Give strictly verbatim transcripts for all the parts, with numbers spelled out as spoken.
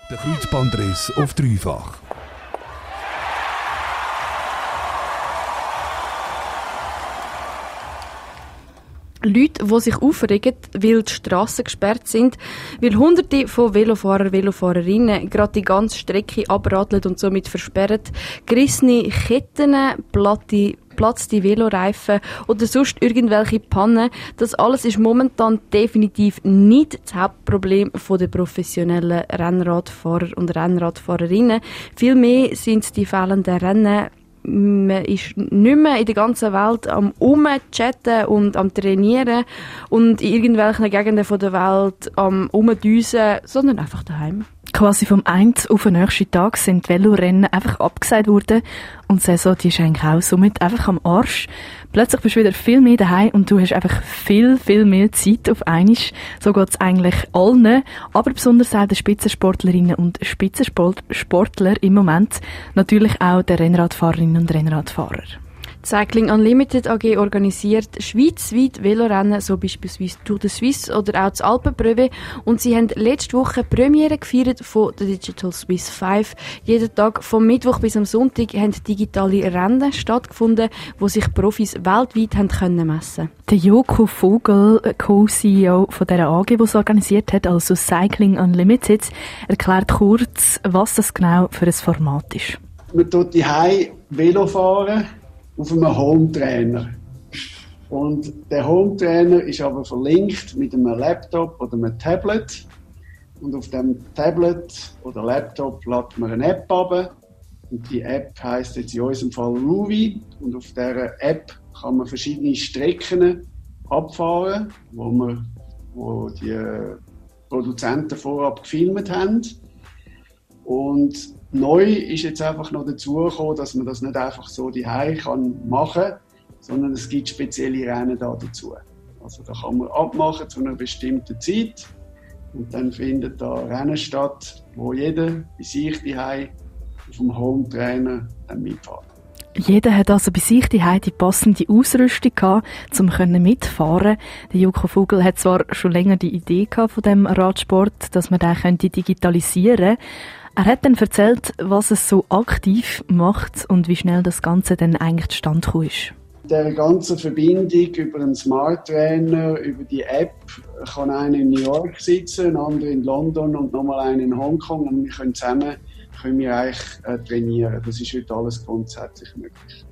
Der Kreuzbandriss auf dreifach. Leute, die sich aufregen, weil die Strassen gesperrt sind, weil Hunderte von Velofahrer, Velofahrerinnen gerade die ganze Strecke abradeln und somit versperren, gerissene Ketten, platte, platzte Veloreifen oder sonst irgendwelche Pannen. Das alles ist momentan definitiv nicht das Hauptproblem der professionellen Rennradfahrer und Rennradfahrerinnen. Vielmehr sind es die fehlenden Rennen. Man ist nicht mehr in der ganzen Welt am Umchatten und am Trainieren und in irgendwelchen Gegenden der Welt am Umdüsen, sondern einfach daheim. Quasi vom einen auf den nächsten Tag sind die Velorennen einfach abgesagt worden und die Saison, die ist eigentlich auch somit einfach am Arsch. Plötzlich bist du wieder viel mehr daheim und du hast einfach viel, viel mehr Zeit auf einmal. So geht es eigentlich allen, aber besonders auch den Spitzensportlerinnen und Spitzensportler im Moment. Natürlich auch den Rennradfahrerinnen und Rennradfahrer. Cycling Unlimited A G organisiert schweizweit Velorennen, so beispielsweise Tour de Suisse oder auch das Alpenbreve. Und sie haben letzte Woche Premiere gefeiert von der Digital Swiss fünf. Jeden Tag vom Mittwoch bis am Sonntag haben digitale Rennen stattgefunden, wo sich Profis weltweit haben können messen. Der Joko Vogel, Co-C E O von dieser A G, die es organisiert hat, also Cycling Unlimited, erklärt kurz, was das genau für ein Format ist. Man tut die Hause Velo fahren auf einem Home-Trainer. Und der Home-Trainer ist aber verlinkt mit einem Laptop oder einem Tablet. Und auf dem Tablet oder Laptop lädt man eine App ab. Und die App heisst jetzt in unserem Fall Ruvi. Und auf dieser App kann man verschiedene Strecken abfahren, wo, man, wo die Produzenten vorab gefilmt haben. Und neu ist jetzt einfach noch dazu gekommen, dass man das nicht einfach so daheim kann machen, sondern es gibt spezielle Rennen da dazu. Also da kann man abmachen zu einer bestimmten Zeit und dann findet da Rennen statt, wo jeder bei sich daheim auf dem Home-Trainer mitfahren. Jeder hat also bei sich die die passende Ausrüstung gehabt, um mitfahren. Der Joko Vogel hat zwar schon länger die Idee gehabt von dem Radsport, dass man den digitalisieren könnte. Er hat dann erzählt, was es so aktiv macht und wie schnell das Ganze dann eigentlich zustande gekommen ist. Der ganzen Verbindung über einen Smart Trainer, über die App, kann einer in New York sitzen, ein anderer in London und nochmal einer in Hongkong und wir können zusammen können wir eigentlich äh, trainieren. Das ist heute alles grundsätzlich möglich.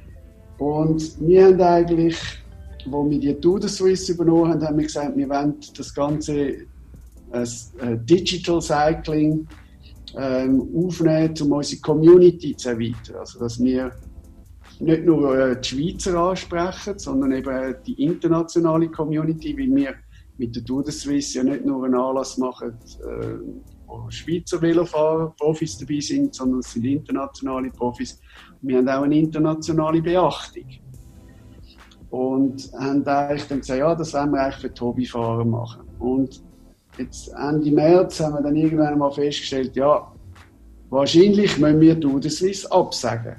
Und wir haben eigentlich, als wir die Tour de Suisse übernommen haben, haben wir gesagt, wir wollen das ganze äh, äh, Digital Cycling ähm, aufnehmen, um unsere Community zu erweitern. Also, dass wir nicht nur äh, die Schweizer ansprechen, sondern eben die internationale Community, weil wir mit der Tour de Suisse ja nicht nur einen Anlass machen, äh, wo Schweizer Velofahrer, Profis dabei sind, sondern es sind internationale Profis. Wir haben auch eine internationale Beachtung. Und haben eigentlich dann gesagt, ja, das wollen wir eigentlich für die Hobbyfahrer machen. Und jetzt Ende März haben wir dann irgendwann mal festgestellt, ja, wahrscheinlich müssen wir Tour de Suisse absagen.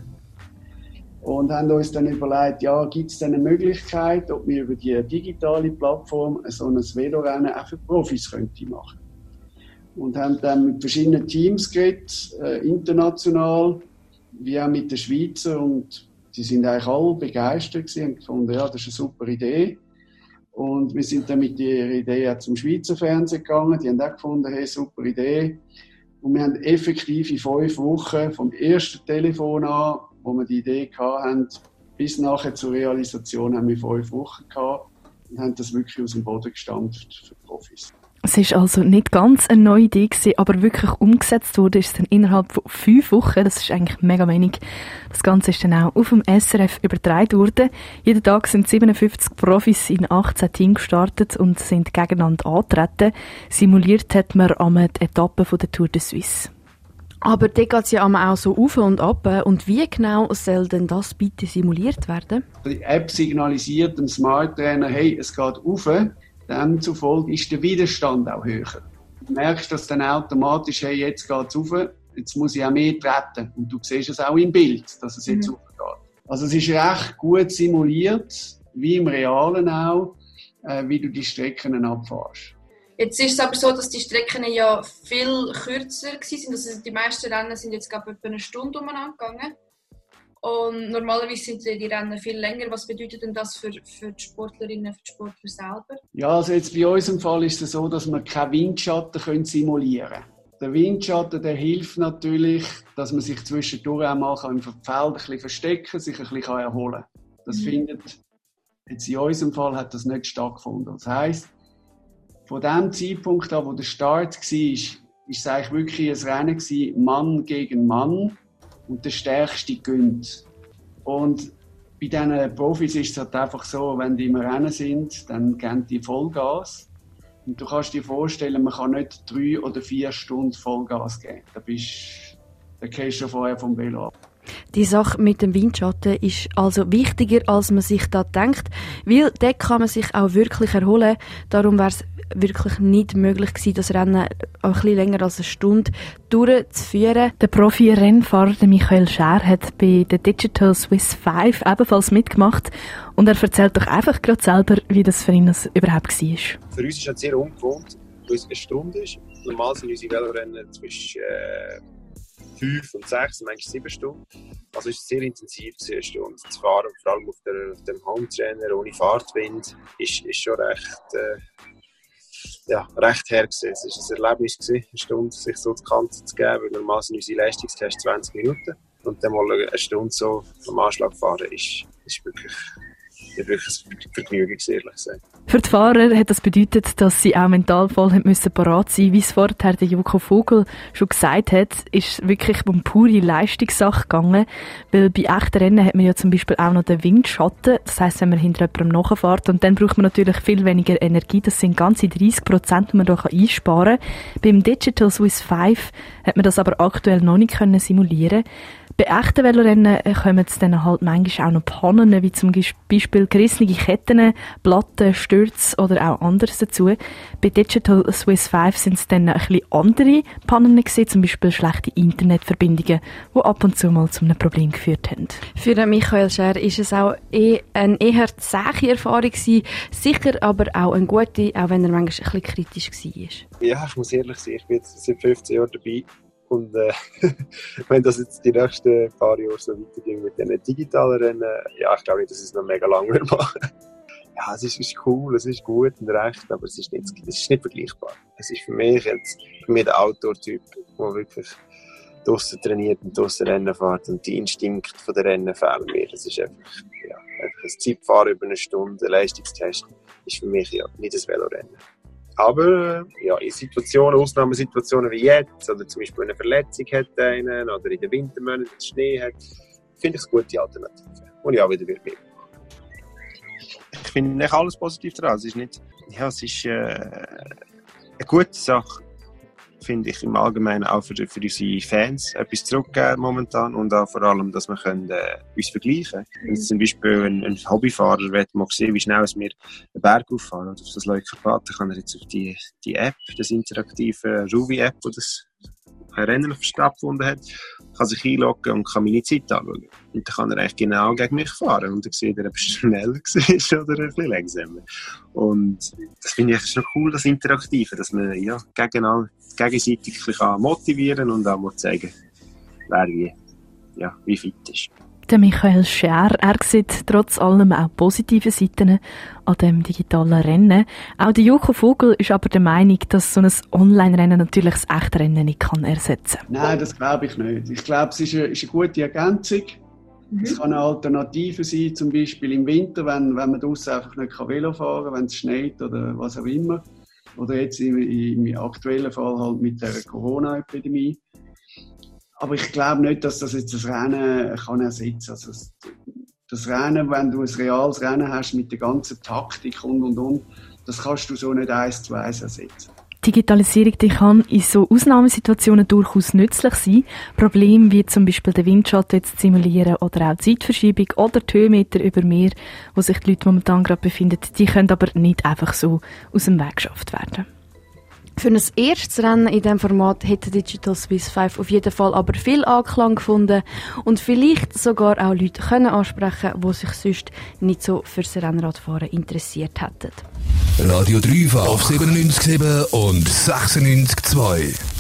Und haben uns dann überlegt, ja, gibt es denn eine Möglichkeit, ob wir über die digitale Plattform so ein Velorennen auch für Profis könnte machen. Und haben dann mit verschiedenen Teams geredet, äh, international, wie auch mit den Schweizer, und die sind eigentlich alle begeistert gewesen und gefunden, ja, das ist eine super Idee. Und wir sind dann mit dieser Idee auch zum Schweizer Fernsehen gegangen. Die haben auch gefunden, hey, super Idee. Und wir haben effektiv in fünf Wochen vom ersten Telefon an, wo wir die Idee hatten, bis nachher zur Realisation haben wir fünf Wochen gehabt und haben das wirklich aus dem Boden gestampft für Profis. Es ist also nicht ganz eine neue Idee gewesen, aber wirklich umgesetzt wurde ist es dann innerhalb von fünf Wochen. Das ist eigentlich mega wenig. Das Ganze ist dann auch auf dem S R F übertragen worden. Jeden Tag sind siebenundfünfzig Profis in achtzehn Teams gestartet und sind gegeneinander angetreten. Simuliert hat man einmal die Etappe von der Tour de Suisse. Aber da geht es ja auch so auf und ab. Und wie genau soll denn das bitte simuliert werden? Die App signalisiert dem Smart Trainer, hey, es geht auf. Demzufolge ist der Widerstand auch höher. Du merkst das dann automatisch, hey, jetzt geht es rauf, jetzt muss ich auch mehr treten. Und du siehst es auch im Bild, dass es jetzt mhm. raufgeht. Also es ist recht gut simuliert, wie im Realen auch, äh, wie du die Strecken abfährst. Jetzt ist es aber so, dass die Strecken ja viel kürzer waren. Also die meisten Rennen sind jetzt glaube ich etwa eine Stunde umeinander gegangen. Und normalerweise sind die Rennen viel länger. Was bedeutet denn das für, für die Sportlerinnen, für die Sportler selber? Ja, also jetzt bei uns im Fall ist es so, dass wir keinen Windschatten können simulieren können. Der Windschatten, der hilft natürlich, dass man sich zwischendurch auch mal im Feld ein bisschen verstecken kann, sich ein bisschen erholen kann. Das mhm. findet, jetzt in unserem Fall hat das nicht stattgefunden. Das heisst, von dem Zeitpunkt an, wo der Start war, war es eigentlich wirklich ein Rennen gewesen, Mann gegen Mann. Und der Stärkste gönnt. Und bei diesen Profis ist es halt einfach so, wenn die im Rennen sind, dann geben die Vollgas. Und du kannst dir vorstellen, man kann nicht drei oder vier Stunden Vollgas geben. Da bist, da gehst du schon vorher vom Velo ab. Die Sache mit dem Windschatten ist also wichtiger, als man sich da denkt, weil dort kann man sich auch wirklich erholen. Darum wäre es wirklich nicht möglich gewesen, das Rennen ein bisschen länger als eine Stunde durchzuführen. Der Profi-Rennfahrer Michael Schär hat bei der Digital Swiss fünf ebenfalls mitgemacht und er erzählt doch einfach gerade selber, wie das für ihn das überhaupt war. Für uns ist es sehr ungewohnt, weil es eine Stunde ist. Normal sind unsere Velorennen zwischen äh, fünf und sechs, manchmal sieben Stunden. Also es ist sehr intensiv, eine Stunde zu fahren. Und vor allem auf, der, auf dem Hometrainer ohne Fahrtwind ist, ist schon recht, äh, ja, recht her gewesen. Es war ein Erlebnis gewesen, eine Stunde sich so die Kante zu geben, weil normal sind unsere Leistungstests zwanzig Minuten. Und dann mal eine Stunde so am Anschlag fahren, ist, ist wirklich, wirklich ein Vergnügen, ehrlich gesagt. Für die Fahrer hat das bedeutet, dass sie auch mental voll müssen parat sein. Wie es vorher der Joko Vogel schon gesagt hat, ist es wirklich um pure Leistungssache gegangen. Weil bei echten Rennen hat man ja zum Beispiel auch noch den Windschatten. Das heisst, wenn man hinter jemandem nachfährt, und dann braucht man natürlich viel weniger Energie. Das sind ganze dreissig Prozent, die man hier einsparen kann. Beim Digital Swiss fünf hat man das aber aktuell noch nicht können simulieren. Bei echten Velorennen kommen es dann halt manchmal auch noch Pannen, wie zum Beispiel gerissene Ketten, Platten, Stürze oder auch anderes dazu. Bei Digital Swiss fünf sind es dann ein bisschen andere Pannen gewesen, zum Beispiel schlechte Internetverbindungen, die ab und zu mal zu einem Problem geführt haben. Für Michael Schär ist es auch eine eher zähe Erfahrung gewesen, sicher aber auch eine gute, auch wenn er manchmal ein bisschen kritisch war. Ja, ich muss ehrlich sein, ich bin jetzt seit fünfzehn Jahren dabei. Und äh, wenn das jetzt die nächsten paar Jahre so weitergeht mit diesen digitalen Rennen, ja, ich glaube nicht, dass es noch mega lange mehr machen. Ja, es ist, ist cool, es ist gut und recht, aber es ist nicht, es ist nicht vergleichbar. Es ist für mich jetzt für mich der Outdoor-Typ, der wirklich draussen trainiert und draussen Rennen fährt und die Instinkte von der Rennen fehlen mir. Es ist einfach, ja, einfach ein Zeitfahren über eine Stunde, ein Leistungstest, ist für mich ja nicht ein Velorennen. Aber ja, in Situationen, Ausnahmesituationen wie jetzt, oder zum Beispiel eine Verletzung hat einen, oder in den Wintermonaten Schnee hat, finde ich es eine gute Alternative, die ich auch wieder mitmachen. Ich finde nicht alles positiv daran. Es ist nicht, ja, es ist äh, eine gute Sache, finde ich im Allgemeinen auch für, für unsere Fans etwas zurückgeben momentan und auch vor allem, dass wir können, äh, uns vergleichen können. Wenn zum Beispiel ein, ein Hobbyfahrer will mal sehen, wie schnell wir einen Berg auffahren oder auf das Leukarpat, kann er jetzt auf die, die App, das interaktive Ruvi-App, die das Rennen stattgefunden hat, kann sich einloggen und kann meine Zeit anschauen. Und dann kann er eigentlich genau gegen mich fahren und dann sieht er, ob er schneller war oder ein bisschen langsamer. Und das finde ich echt schon cool, das Interaktive, dass man ja, gegeneinander, gegenseitig ein bisschen motivieren und auch mal zeigen, wer wie, ja, wie fit ist. Der Michael Schär, er sieht trotz allem auch positive Seiten an dem digitalen Rennen. Auch der Joko Vogel ist aber der Meinung, dass so ein Online-Rennen natürlich das echte Rennen nicht kann ersetzen kann. Nein, das glaube ich nicht. Ich glaube, es ist eine, ist eine gute Ergänzung. Mhm. Es kann eine Alternative sein, zum Beispiel im Winter, wenn, wenn man draussen einfach nicht Velo fahren kann, wenn es schneit oder was auch immer. Oder jetzt im, im aktuellen Fall halt mit der Corona-Epidemie. Aber ich glaube nicht, dass das jetzt das Rennen kann ersetzen kann. Also das Rennen, wenn du ein reales Rennen hast mit der ganzen Taktik und und und, das kannst du so nicht eins zu eins ersetzen. Digitalisierung die kann in so Ausnahmesituationen durchaus nützlich sein. Probleme wie zum Beispiel den Windschatten jetzt simulieren oder auch die Zeitverschiebung oder die Höhenmeter über Meer, wo sich die Leute momentan gerade befinden, die können aber nicht einfach so aus dem Weg geschafft werden. Für ein erstes Rennen in diesem Format hätte Digital Swiss fünf auf jeden Fall aber viel Anklang gefunden und vielleicht sogar auch Leute können ansprechen, die sich sonst nicht so fürs Rennradfahren interessiert hätten. Radio Dreifach auf siebenundneunzig Komma sieben und sechsundneunzig Komma zwei.